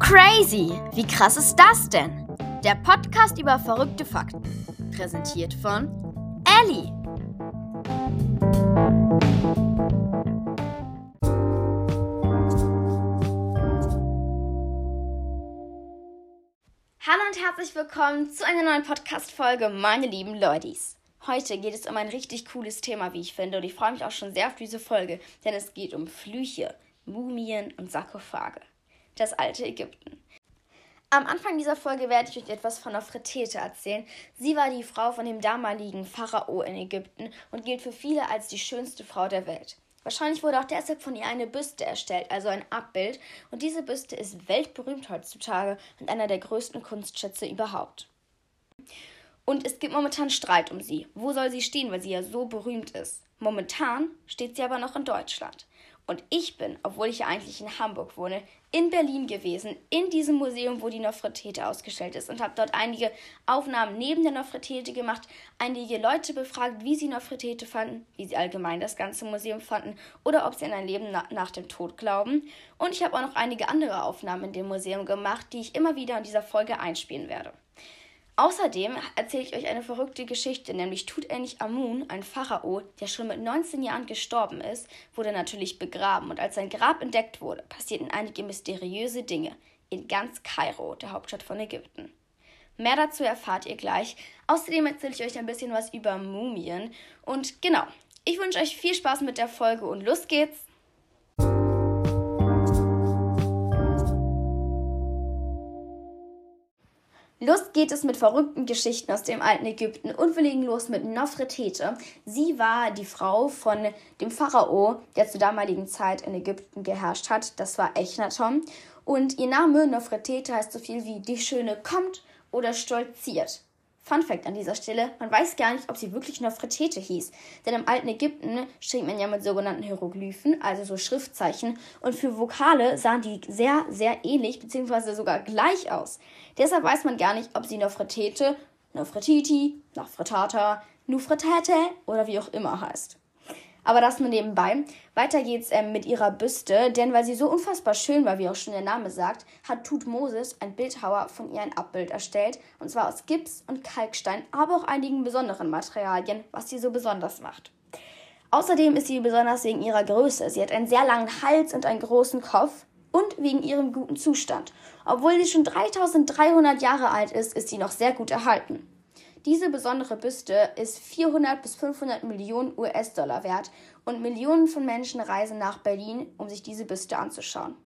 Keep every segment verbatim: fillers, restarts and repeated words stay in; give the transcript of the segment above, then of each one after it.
Crazy! Wie krass ist das denn? Der Podcast über verrückte Fakten. Präsentiert von Ellie. Hallo und herzlich willkommen zu einer neuen Podcast-Folge, meine lieben Leutis. Heute geht es um ein richtig cooles Thema, wie ich finde, und ich freue mich auch schon sehr auf diese Folge, denn es geht um Flüche, Mumien und Sarkophage. Das alte Ägypten. Am Anfang dieser Folge werde ich euch etwas von Nofretete erzählen. Sie war die Frau von dem damaligen Pharao in Ägypten und gilt für viele als die schönste Frau der Welt. Wahrscheinlich wurde auch deshalb von ihr eine Büste erstellt, also ein Abbild. Und diese Büste ist weltberühmt heutzutage und einer der größten Kunstschätze überhaupt. Und es gibt momentan Streit um sie. Wo soll sie stehen, weil sie ja so berühmt ist? Momentan steht sie aber noch in Deutschland. Und ich bin, obwohl ich ja eigentlich in Hamburg wohne, in Berlin gewesen, in diesem Museum, wo die Nofretete ausgestellt ist, und habe dort einige Aufnahmen neben der Nofretete gemacht, einige Leute befragt, wie sie Nofretete fanden, wie sie allgemein das ganze Museum fanden oder ob sie an ein Leben na- nach dem Tod glauben. Und ich habe auch noch einige andere Aufnahmen in dem Museum gemacht, die ich immer wieder in dieser Folge einspielen werde. Außerdem erzähle ich euch eine verrückte Geschichte, nämlich Tutanchamun, ein Pharao, der schon mit neunzehn Jahren gestorben ist, wurde natürlich begraben. Und als sein Grab entdeckt wurde, passierten einige mysteriöse Dinge in ganz Kairo, der Hauptstadt von Ägypten. Mehr dazu erfahrt ihr gleich. Außerdem erzähle ich euch ein bisschen was über Mumien. Und genau, ich wünsche euch viel Spaß mit der Folge und los geht's! Los geht es mit verrückten Geschichten aus dem alten Ägypten und wir legen los mit Nofretete. Sie war die Frau von dem Pharao, der zur damaligen Zeit in Ägypten geherrscht hat. Das war Echnaton. Und ihr Name Nofretete heißt so viel wie die Schöne kommt oder stolziert. Fun Fact an dieser Stelle, man weiß gar nicht, ob sie wirklich Nofretete hieß. Denn im alten Ägypten schrieb man ja mit sogenannten Hieroglyphen, also so Schriftzeichen. Und für Vokale sahen die sehr, sehr ähnlich, beziehungsweise sogar gleich aus. Deshalb weiß man gar nicht, ob sie Nofretete, Nofretiti, Nofretata, Nufretete oder wie auch immer heißt. Aber das nur nebenbei. Weiter geht's ähm, mit ihrer Büste, denn weil sie so unfassbar schön war, wie auch schon der Name sagt, hat Thutmosis, ein Bildhauer, von ihr ein Abbild erstellt. Und zwar aus Gips und Kalkstein, aber auch einigen besonderen Materialien, was sie so besonders macht. Außerdem ist sie besonders wegen ihrer Größe. Sie hat einen sehr langen Hals und einen großen Kopf und wegen ihrem guten Zustand. Obwohl sie schon dreitausenddreihundert Jahre alt ist, ist sie noch sehr gut erhalten. Diese besondere Büste ist vierhundert bis fünfhundert Millionen U S-Dollar wert und Millionen von Menschen reisen nach Berlin, um sich diese Büste anzuschauen.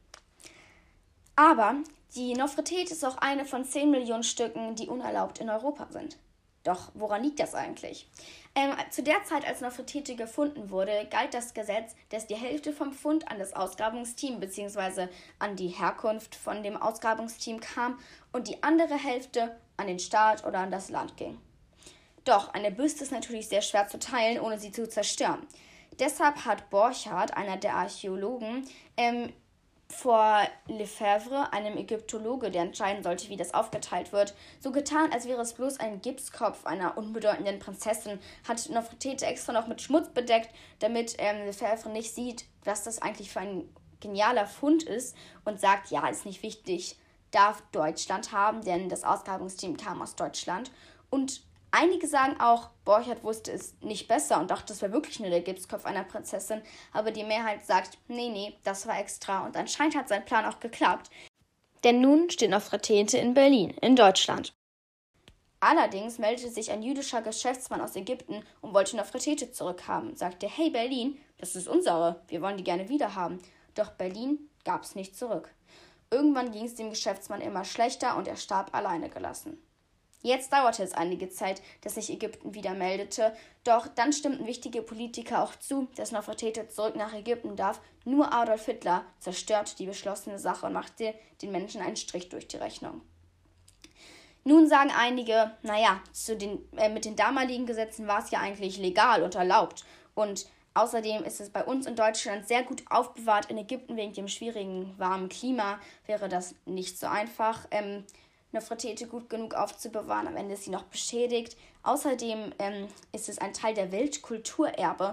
Aber die Nofretete ist auch eine von zehn Millionen Stücken, die unerlaubt in Europa sind. Doch woran liegt das eigentlich? Ähm, zu der Zeit, als Nofretete gefunden wurde, galt das Gesetz, dass die Hälfte vom Fund an das Ausgrabungsteam bzw. an die Herkunft von dem Ausgrabungsteam kam und die andere Hälfte an den Staat oder an das Land ging. Doch eine Büste ist natürlich sehr schwer zu teilen, ohne sie zu zerstören. Deshalb hat Borchardt, einer der Archäologen, ähm, vor Lefebvre, einem Ägyptologe, der entscheiden sollte, wie das aufgeteilt wird, so getan, als wäre es bloß ein Gipskopf einer unbedeutenden Prinzessin, hat Nofretete extra noch mit Schmutz bedeckt, damit ähm, Lefebvre nicht sieht, was das eigentlich für ein genialer Fund ist und sagt, ja, ist nicht wichtig, darf Deutschland haben, denn das Ausgrabungsteam kam aus Deutschland. Und einige sagen auch, Borchardt wusste es nicht besser und dachte, das wäre wirklich nur der Gipskopf einer Prinzessin. Aber die Mehrheit sagt, nee, nee, das war extra. Und anscheinend hat sein Plan auch geklappt. Denn nun steht Nofretete in Berlin, in Deutschland. Allerdings meldete sich ein jüdischer Geschäftsmann aus Ägypten und wollte Nofretete zurückhaben. Sagte, hey Berlin, das ist unsere, wir wollen die gerne wiederhaben. Doch Berlin gab es nicht zurück. Irgendwann ging es dem Geschäftsmann immer schlechter und er starb alleine gelassen. Jetzt dauerte es einige Zeit, dass sich Ägypten wieder meldete, doch dann stimmten wichtige Politiker auch zu, dass Nofretete zurück nach Ägypten darf. Nur Adolf Hitler zerstörte die beschlossene Sache und machte den Menschen einen Strich durch die Rechnung. Nun sagen einige, naja, zu den, äh, mit den damaligen Gesetzen war es ja eigentlich legal und erlaubt und außerdem ist es bei uns in Deutschland sehr gut aufbewahrt. In Ägypten wegen dem schwierigen, warmen Klima wäre das nicht so einfach, ähm, Nofretete gut genug aufzubewahren. Am Ende ist sie noch beschädigt. Außerdem ähm, ist es ein Teil der Weltkulturerbe.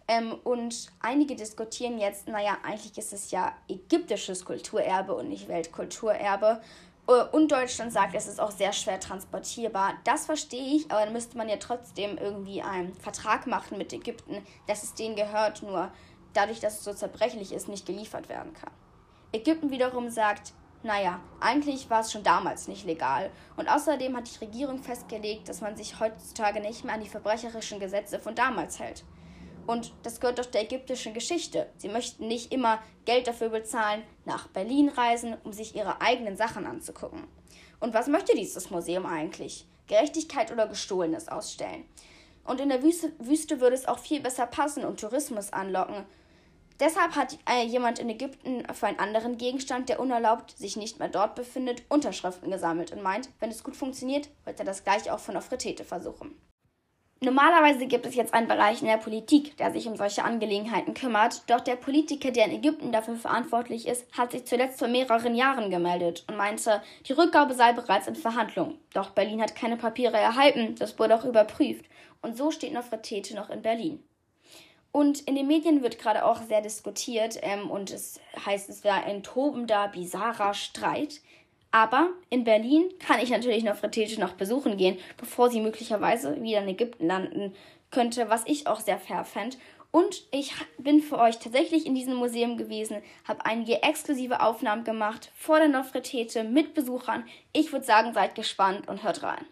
Ähm, und einige diskutieren jetzt, naja, eigentlich ist es ja ägyptisches Kulturerbe und nicht Weltkulturerbe. Und Deutschland sagt, es ist auch sehr schwer transportierbar. Das verstehe ich, aber dann müsste man ja trotzdem irgendwie einen Vertrag machen mit Ägypten, dass es denen gehört, nur dadurch, dass es so zerbrechlich ist, nicht geliefert werden kann. Ägypten wiederum sagt, naja, eigentlich war es schon damals nicht legal. Und außerdem hat die Regierung festgelegt, dass man sich heutzutage nicht mehr an die verbrecherischen Gesetze von damals hält. Und das gehört doch der ägyptischen Geschichte. Sie möchten nicht immer Geld dafür bezahlen, nach Berlin reisen, um sich ihre eigenen Sachen anzugucken. Und was möchte dieses Museum eigentlich? Gerechtigkeit oder Gestohlenes ausstellen? Und in der Wüste, Wüste würde es auch viel besser passen und Tourismus anlocken. Deshalb hat äh, jemand in Ägypten für einen anderen Gegenstand, der unerlaubt sich nicht mehr dort befindet, Unterschriften gesammelt und meint, wenn es gut funktioniert, wird er das gleich auch von Nofretete versuchen. Normalerweise gibt es jetzt einen Bereich in der Politik, der sich um solche Angelegenheiten kümmert, doch der Politiker, der in Ägypten dafür verantwortlich ist, hat sich zuletzt vor mehreren Jahren gemeldet und meinte, die Rückgabe sei bereits in Verhandlung. Doch Berlin hat keine Papiere erhalten, das wurde auch überprüft und so steht Nofretete noch in Berlin. Und in den Medien wird gerade auch sehr diskutiert ähm, und es heißt, es wäre ein tobender, bizarrer Streit. Aber in Berlin kann ich natürlich Nofretete noch besuchen gehen, bevor sie möglicherweise wieder in Ägypten landen könnte, was ich auch sehr fair fände. Und ich bin für euch tatsächlich in diesem Museum gewesen, habe einige exklusive Aufnahmen gemacht vor der Nofretete mit Besuchern. Ich würde sagen, seid gespannt und hört rein.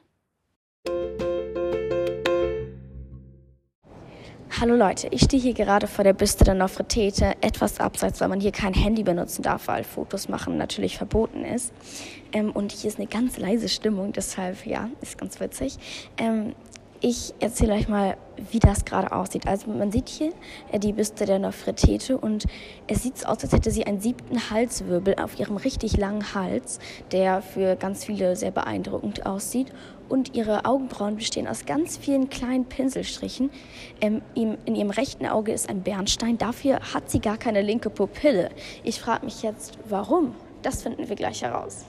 Hallo Leute, ich stehe hier gerade vor der Büste der Nofretete, etwas abseits, weil man hier kein Handy benutzen darf, weil Fotos machen natürlich verboten ist. Ähm, und hier ist eine ganz leise Stimmung, deshalb, ja, ist ganz witzig. Ähm, ich erzähle euch mal, wie das gerade aussieht. Also man sieht hier äh, die Büste der Nofretete und es sieht so aus, als hätte sie einen siebten Halswirbel auf ihrem richtig langen Hals, der für ganz viele sehr beeindruckend aussieht. Und ihre Augenbrauen bestehen aus ganz vielen kleinen Pinselstrichen. Ähm, in ihrem rechten Auge ist ein Bernstein. Dafür hat sie gar keine linke Pupille. Ich frage mich jetzt, warum? Das finden wir gleich heraus.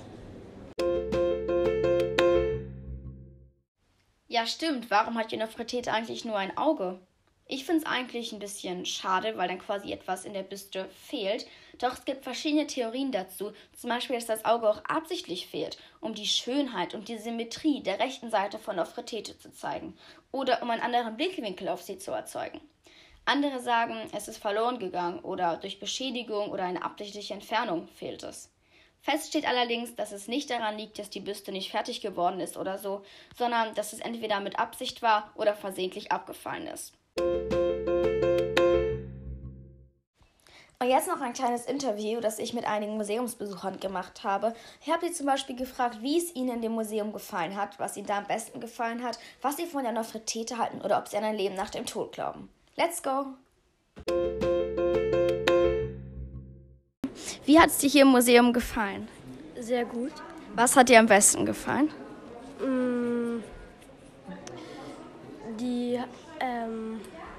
Ja, stimmt. Warum hat die Nofretete eigentlich nur ein Auge? Ich finde es eigentlich ein bisschen schade, weil dann quasi etwas in der Büste fehlt. Doch es gibt verschiedene Theorien dazu. Zum Beispiel, dass das Auge auch absichtlich fehlt, um die Schönheit und die Symmetrie der rechten Seite von Nofretete zu zeigen. Oder um einen anderen Blickwinkel auf sie zu erzeugen. Andere sagen, es ist verloren gegangen oder durch Beschädigung oder eine absichtliche Entfernung fehlt es. Fest steht allerdings, dass es nicht daran liegt, dass die Büste nicht fertig geworden ist oder so, sondern dass es entweder mit Absicht war oder versehentlich abgefallen ist. Und jetzt noch ein kleines Interview, das ich mit einigen Museumsbesuchern gemacht habe. Ich habe sie zum Beispiel gefragt, wie es ihnen in dem Museum gefallen hat, was ihnen da am besten gefallen hat, was sie von der Nofretete halten oder ob sie an ein Leben nach dem Tod glauben. Let's go! Wie hat es dir hier im Museum gefallen? Sehr gut. Was hat dir am besten gefallen? Mm, die, ähm,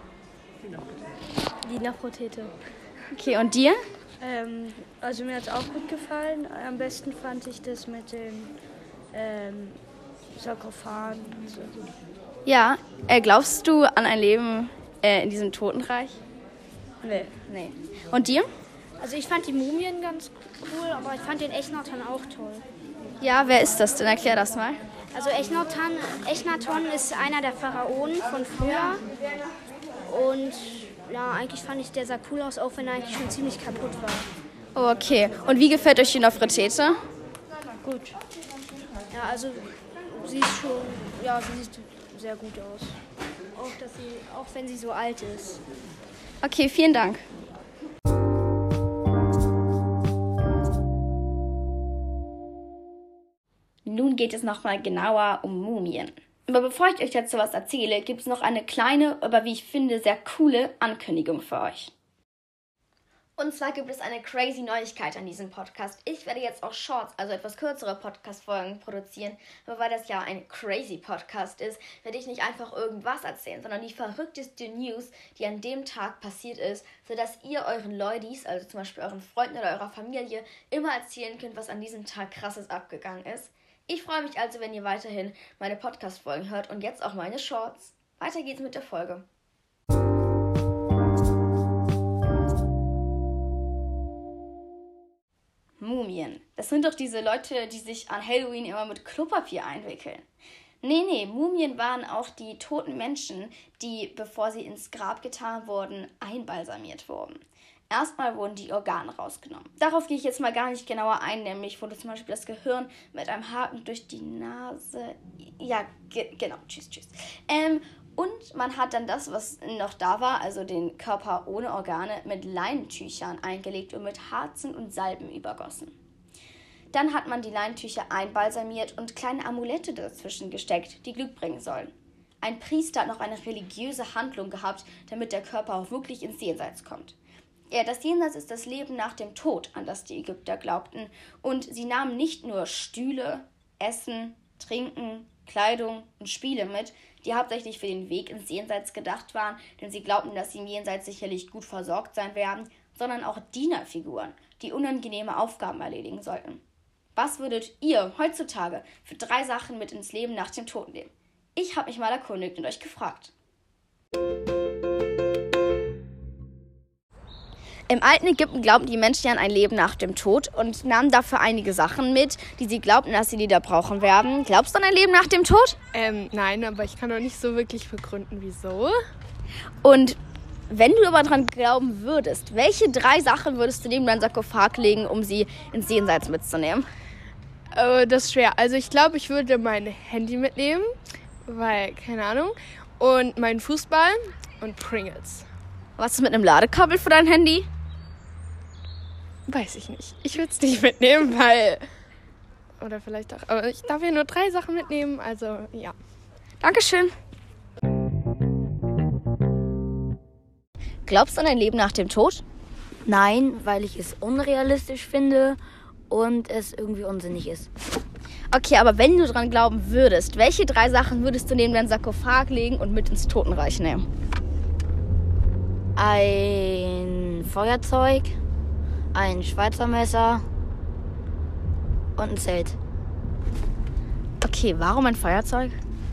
die Nofretete. Okay, und dir? Ähm, also mir hat es auch gut gefallen. Am besten fand ich das mit den ähm, Sarkophagen. und So. Ja, äh, glaubst du an ein Leben äh, in diesem Totenreich? Nee. Nee. Und dir? Also ich fand die Mumien ganz cool, aber ich fand den Echnaton auch toll. Ja, wer ist das denn? Erklär das mal. Also Echnaton, Echnaton ist einer der Pharaonen von früher. Und ja, eigentlich fand ich, der sah cool aus, auch wenn er eigentlich schon ziemlich kaputt war. Oh, okay. Und wie gefällt euch die Nofretete? Gut. Ja, also sie ist schon, ja, sie sieht sehr gut aus. Auch, dass sie, auch wenn sie so alt ist. Okay, vielen Dank. Nun geht es nochmal genauer um Mumien. Aber bevor ich euch dazu was erzähle, gibt es noch eine kleine, aber wie ich finde, sehr coole Ankündigung für euch. Und zwar gibt es eine crazy Neuigkeit an diesem Podcast. Ich werde jetzt auch Shorts, also etwas kürzere Podcast-Folgen produzieren. Aber weil das ja ein crazy Podcast ist, werde ich nicht einfach irgendwas erzählen, sondern die verrückteste News, die an dem Tag passiert ist, sodass ihr euren Leudis, also zum Beispiel euren Freunden oder eurer Familie, immer erzählen könnt, was an diesem Tag krasses abgegangen ist. Ich freue mich also, wenn ihr weiterhin meine Podcast-Folgen hört und jetzt auch meine Shorts. Weiter geht's mit der Folge. Mumien. Das sind doch diese Leute, die sich an Halloween immer mit Klopapier einwickeln. Nee, nee, Mumien waren auch die toten Menschen, die, bevor sie ins Grab getan wurden, einbalsamiert wurden. Erstmal wurden die Organe rausgenommen. Darauf gehe ich jetzt mal gar nicht genauer ein, nämlich wurde zum Beispiel das Gehirn mit einem Haken durch die Nase... Ja, ge- genau, tschüss, tschüss. Ähm, und man hat dann das, was noch da war, also den Körper ohne Organe, mit Leinentüchern eingelegt und mit Harzen und Salben übergossen. Dann hat man die Leintücher einbalsamiert und kleine Amulette dazwischen gesteckt, die Glück bringen sollen. Ein Priester hat noch eine religiöse Handlung gehabt, damit der Körper auch wirklich ins Jenseits kommt. Ja, das Jenseits ist das Leben nach dem Tod, an das die Ägypter glaubten. Und sie nahmen nicht nur Stühle, Essen, Trinken, Kleidung und Spiele mit, die hauptsächlich für den Weg ins Jenseits gedacht waren, denn sie glaubten, dass sie im Jenseits sicherlich gut versorgt sein werden, sondern auch Dienerfiguren, die unangenehme Aufgaben erledigen sollten. Was würdet ihr heutzutage für drei Sachen mit ins Leben nach dem Tod nehmen? Ich habe mich mal erkundigt und euch gefragt. Im alten Ägypten glaubten die Menschen ja an ein Leben nach dem Tod und nahmen dafür einige Sachen mit, die sie glaubten, dass sie wieder brauchen werden. Glaubst du an ein Leben nach dem Tod? Ähm, nein, aber ich kann auch nicht so wirklich begründen, wieso. Und wenn du aber dran glauben würdest, welche drei Sachen würdest du neben deinen Sarkophag legen, um sie ins Jenseits mitzunehmen? Äh, das ist schwer. Also ich glaube, ich würde mein Handy mitnehmen, weil, keine Ahnung, und meinen Fußball und Pringles. Was ist mit einem Ladekabel für dein Handy? Weiß ich nicht. Ich würde es nicht mitnehmen, weil... Oder vielleicht auch... Aber ich darf ja nur drei Sachen mitnehmen, also ja. Dankeschön. Glaubst du an ein Leben nach dem Tod? Nein, weil ich es unrealistisch finde und es irgendwie unsinnig ist. Okay, aber wenn du dran glauben würdest, welche drei Sachen würdest du neben deinen Sarkophag legen und mit ins Totenreich nehmen? Ein Feuerzeug, ein Schweizer Messer und ein Zelt. Okay, warum ein Feuerzeug?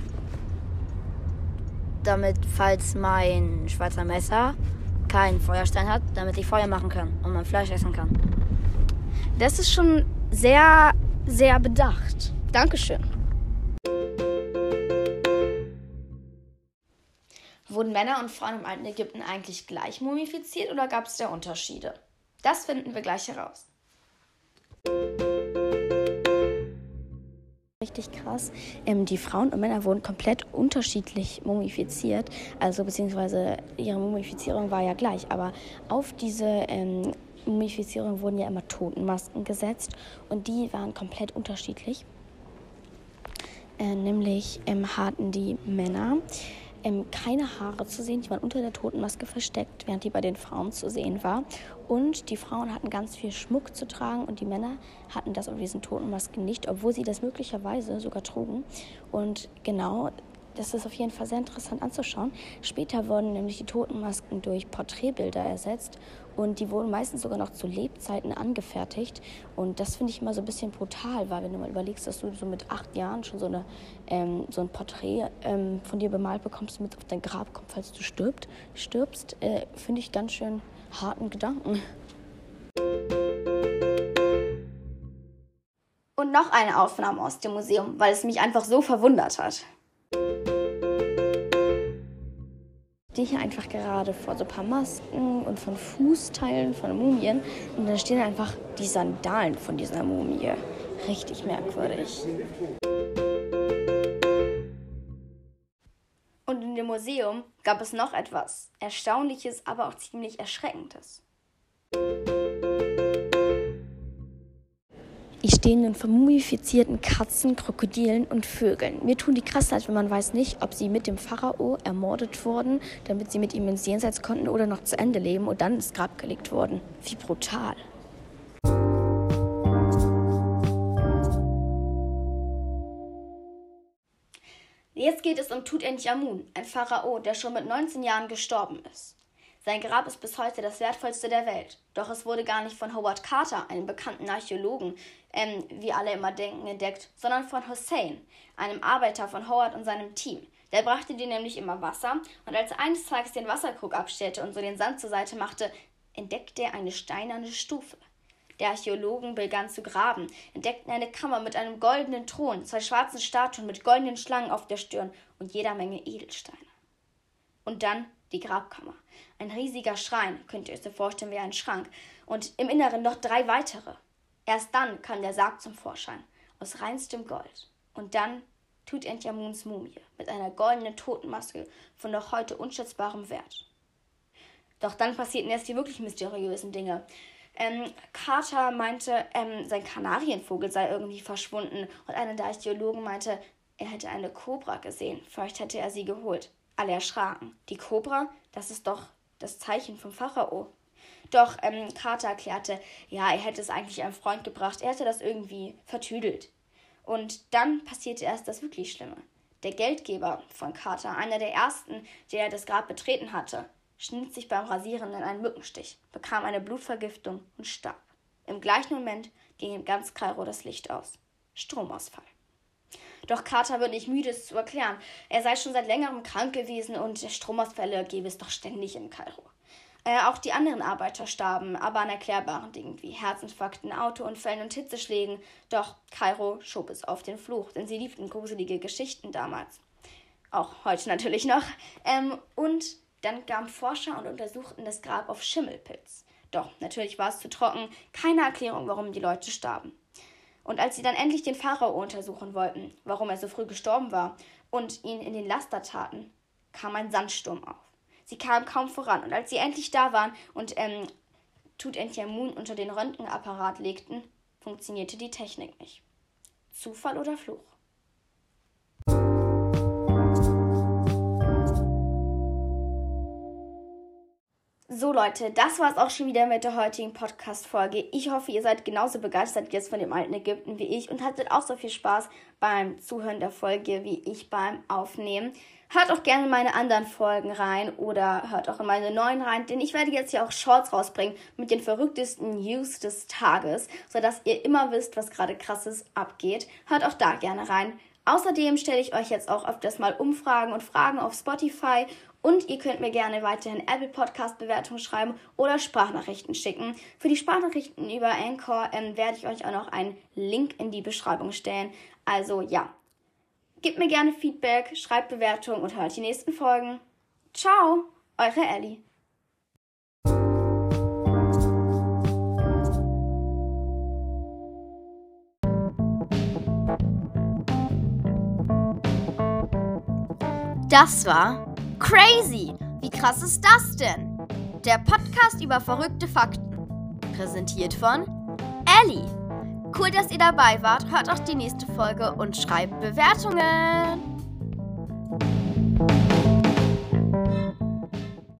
Damit, falls mein Schweizer Messer keinen Feuerstein hat, damit ich Feuer machen kann und mein Fleisch essen kann. Das ist schon sehr, sehr bedacht. Dankeschön. Wurden Männer und Frauen im alten Ägypten eigentlich gleich mumifiziert oder gab es da Unterschiede? Das finden wir gleich heraus. Richtig krass. Ähm, die Frauen und Männer wurden komplett unterschiedlich mumifiziert. Also beziehungsweise ihre Mumifizierung war ja gleich. Aber auf diese ähm, Mumifizierung wurden ja immer Totenmasken gesetzt. Und die waren komplett unterschiedlich. Äh, nämlich ähm, hatten die Männer ähm, keine Haare zu sehen. Die waren unter der Totenmaske versteckt, während die bei den Frauen zu sehen war. Und die Frauen hatten ganz viel Schmuck zu tragen und die Männer hatten das auf diesen Totenmasken nicht, obwohl sie das möglicherweise sogar trugen. Und genau, das ist auf jeden Fall sehr interessant anzuschauen. Später wurden nämlich die Totenmasken durch Porträtbilder ersetzt und die wurden meistens sogar noch zu Lebzeiten angefertigt. Und das finde ich immer so ein bisschen brutal, weil wenn du mal überlegst, dass du so mit acht Jahren schon so, eine, ähm, so ein Porträt ähm, von dir bemalt bekommst, mit auf dein Grab kommt, falls du stirbst, stirbst äh, finde ich ganz schön harten Gedanken. Und noch eine Aufnahme aus dem Museum, weil es mich einfach so verwundert hat. Ich stehe hier einfach gerade vor so ein paar Masken und von Fußteilen von Mumien und da stehen einfach die Sandalen von dieser Mumie. Richtig merkwürdig. Und in dem Museum gab es noch etwas Erstaunliches, aber auch ziemlich Erschreckendes. Ich stehe nun vor mumifizierten Katzen, Krokodilen und Vögeln. Mir tun die krass leid, wenn man weiß nicht, ob sie mit dem Pharao ermordet wurden, damit sie mit ihm ins Jenseits konnten oder noch zu Ende leben und dann ins Grab gelegt wurden. Wie brutal. Jetzt geht es um Tutanchamun, ein Pharao, der schon mit neunzehn Jahren gestorben ist. Sein Grab ist bis heute das wertvollste der Welt. Doch es wurde gar nicht von Howard Carter, einem bekannten Archäologen, ähm, wie alle immer denken, entdeckt, sondern von Hussein, einem Arbeiter von Howard und seinem Team. Der brachte dir nämlich immer Wasser und als er eines Tages den Wasserkrug abstellte und so den Sand zur Seite machte, entdeckte er eine steinerne Stufe. der Archäologen begannen zu graben, entdeckten eine Kammer mit einem goldenen Thron, zwei schwarzen Statuen mit goldenen Schlangen auf der Stirn und jeder Menge Edelsteine. Und dann die Grabkammer. Ein riesiger Schrein, könnt ihr euch so vorstellen wie ein Schrank, und im Inneren noch drei weitere. Erst dann kam der Sarg zum Vorschein, aus reinstem Gold. Und dann Tutanchamuns Mumie mit einer goldenen Totenmaske von noch heute unschätzbarem Wert. Doch dann passierten erst die wirklich mysteriösen Dinge. Ähm, Carter meinte, ähm, sein Kanarienvogel sei irgendwie verschwunden und einer der Archäologen meinte, er hätte eine Kobra gesehen, vielleicht hätte er sie geholt. Alle erschraken. Die Kobra, das ist doch das Zeichen vom Pharao. Doch ähm, Carter erklärte, ja, er hätte es eigentlich einem Freund gebracht, er hätte das irgendwie vertüdelt. Und dann passierte erst das wirklich Schlimme. Der Geldgeber von Carter, einer der ersten, der das Grab betreten hatte, schnitt sich beim Rasieren in einen Mückenstich, bekam eine Blutvergiftung und starb. Im gleichen Moment ging in ganz Kairo das Licht aus. Stromausfall. Doch Carter wird nicht müde, es zu erklären. Er sei schon seit längerem krank gewesen und Stromausfälle gäbe es doch ständig in Kairo. Äh, auch die anderen Arbeiter starben, aber an erklärbaren Dingen wie Herzinfarkten, Autounfällen und Hitzeschlägen. Doch Kairo schob es auf den Fluch, denn sie liebten gruselige Geschichten damals. Auch heute natürlich noch. Ähm, und dann gaben Forscher und untersuchten das Grab auf Schimmelpilz. Doch natürlich war es zu trocken, keine Erklärung, warum die Leute starben. Und als sie dann endlich den Pharao untersuchen wollten, warum er so früh gestorben war, und ihn in den Laster taten, kam ein Sandsturm auf. Sie kamen kaum voran, und als sie endlich da waren und ähm, Tutanchamun unter den Röntgenapparat legten, funktionierte die Technik nicht. Zufall oder Fluch? So Leute, das war es auch schon wieder mit der heutigen Podcast-Folge. Ich hoffe, ihr seid genauso begeistert jetzt von dem alten Ägypten wie ich und hattet auch so viel Spaß beim Zuhören der Folge wie ich beim Aufnehmen. Hört auch gerne meine anderen Folgen rein oder hört auch in meine neuen rein, denn ich werde jetzt hier auch Shorts rausbringen mit den verrücktesten News des Tages, sodass ihr immer wisst, was gerade krasses abgeht. Hört auch da gerne rein. Außerdem stelle ich euch jetzt auch öfters mal Umfragen und Fragen auf Spotify und ihr könnt mir gerne weiterhin Apple Podcast Bewertungen schreiben oder Sprachnachrichten schicken. Für die Sprachnachrichten über Anchor ähm, werde ich euch auch noch einen Link in die Beschreibung stellen. Also ja, gebt mir gerne Feedback, schreibt Bewertungen und hört die nächsten Folgen. Ciao, eure Ellie. Das war Crazy! Wie krass ist das denn? Der Podcast über verrückte Fakten. Präsentiert von Ellie. Cool, dass ihr dabei wart. Hört auch die nächste Folge und schreibt Bewertungen.